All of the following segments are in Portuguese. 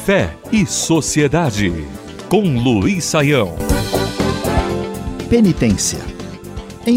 Fé e Sociedade, com Luiz Saião. Penitência. Em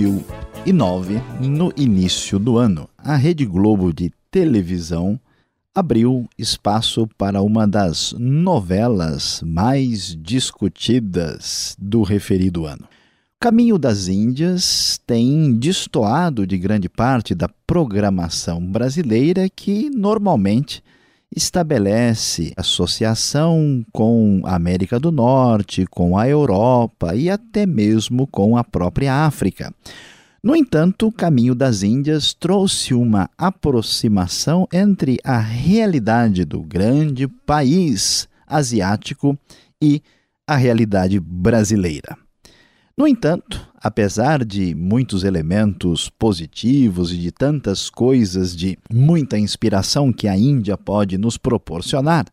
2009, no início do ano, a Rede Globo de televisão abriu espaço para uma das novelas mais discutidas do referido ano. Caminho das Índias tem destoado de grande parte da programação brasileira que normalmente estabelece associação com a América do Norte, com a Europa e até mesmo com a própria África. No entanto, o Caminho das Índias trouxe uma aproximação entre a realidade do grande país asiático e a realidade brasileira. No entanto, apesar de muitos elementos positivos e de tantas coisas de muita inspiração que a Índia pode nos proporcionar,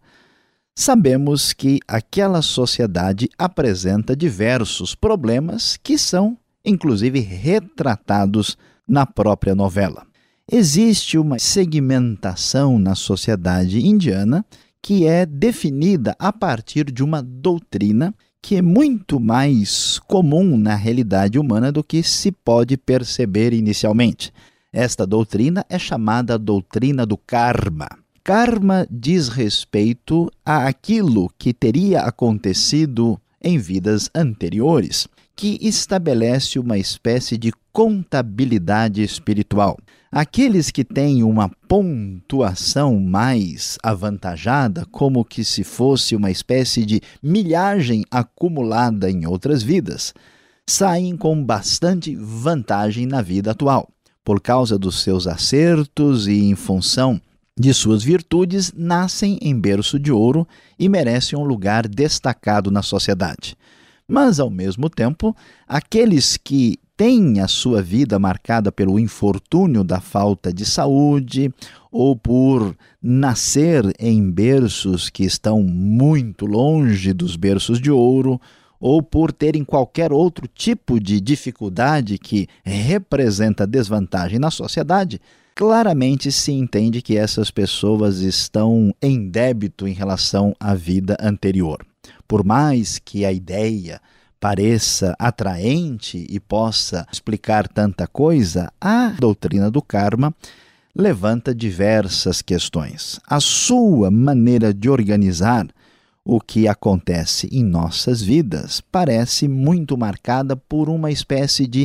sabemos que aquela sociedade apresenta diversos problemas que são, inclusive, retratados na própria novela. Existe uma segmentação na sociedade indiana que é definida a partir de uma doutrina que é muito mais comum na realidade humana do que se pode perceber inicialmente. Esta doutrina é chamada doutrina do karma. Karma diz respeito àquilo que teria acontecido em vidas anteriores, que estabelece uma espécie de contabilidade espiritual. Aqueles que têm uma pontuação mais avantajada, como que se fosse uma espécie de milhagem acumulada em outras vidas, saem com bastante vantagem na vida atual. Por causa dos seus acertos e em função de suas virtudes, nascem em berço de ouro e merecem um lugar destacado na sociedade. Mas, ao mesmo tempo, aqueles que têm a sua vida marcada pelo infortúnio da falta de saúde ou por nascer em berços que estão muito longe dos berços de ouro ou por terem qualquer outro tipo de dificuldade que representa desvantagem na sociedade, claramente se entende que essas pessoas estão em débito em relação à vida anterior. Por mais que a ideia pareça atraente e possa explicar tanta coisa, a doutrina do karma levanta diversas questões. A sua maneira de organizar o que acontece em nossas vidas parece muito marcada por uma espécie de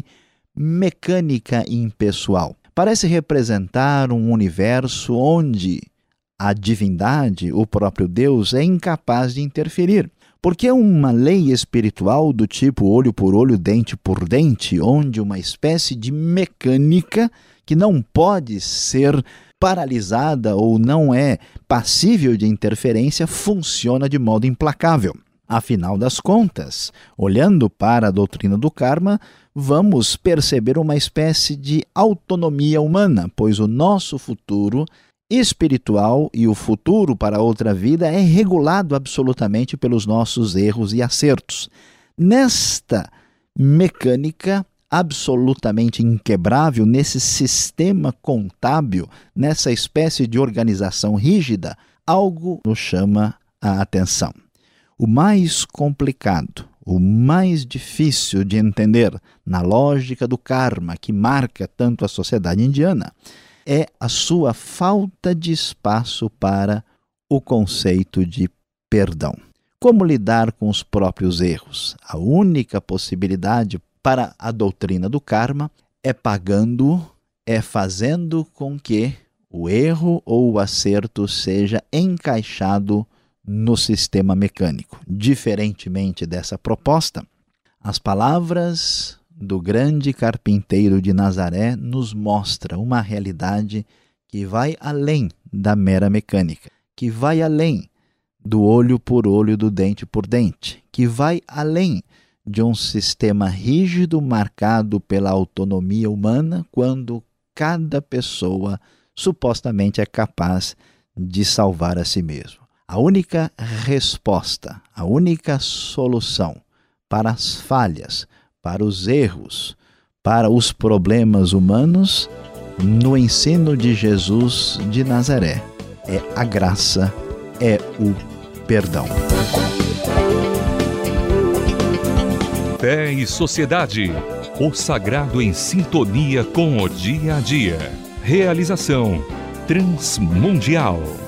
mecânica impessoal. Parece representar um universo onde a divindade, o próprio Deus, é incapaz de interferir. Porque é uma lei espiritual do tipo olho por olho, dente por dente, onde uma espécie de mecânica que não pode ser paralisada ou não é passível de interferência funciona de modo implacável. Afinal das contas, olhando para a doutrina do karma, vamos perceber uma espécie de autonomia humana, pois o nosso futuro espiritual e o futuro para outra vida é regulado absolutamente pelos nossos erros e acertos. Nesta mecânica absolutamente inquebrável, nesse sistema contábil, nessa espécie de organização rígida, algo nos chama a atenção. O mais complicado, o mais difícil de entender na lógica do karma que marca tanto a sociedade indiana é a sua falta de espaço para o conceito de perdão. Como lidar com os próprios erros? A única possibilidade para a doutrina do karma é pagando, é fazendo com que o erro ou o acerto seja encaixado no sistema mecânico. Diferentemente dessa proposta, as palavras do grande carpinteiro de Nazaré nos mostra uma realidade que vai além da mera mecânica, que vai além do olho por olho, do dente por dente, que vai além de um sistema rígido marcado pela autonomia humana, quando cada pessoa supostamente é capaz de salvar a si mesmo. A única resposta, a única solução para as falhas, para os erros, para os problemas humanos, no ensino de Jesus de Nazaré, é a graça, é o perdão. Fé e Sociedade. O sagrado em sintonia com o dia a dia. Realização Transmundial.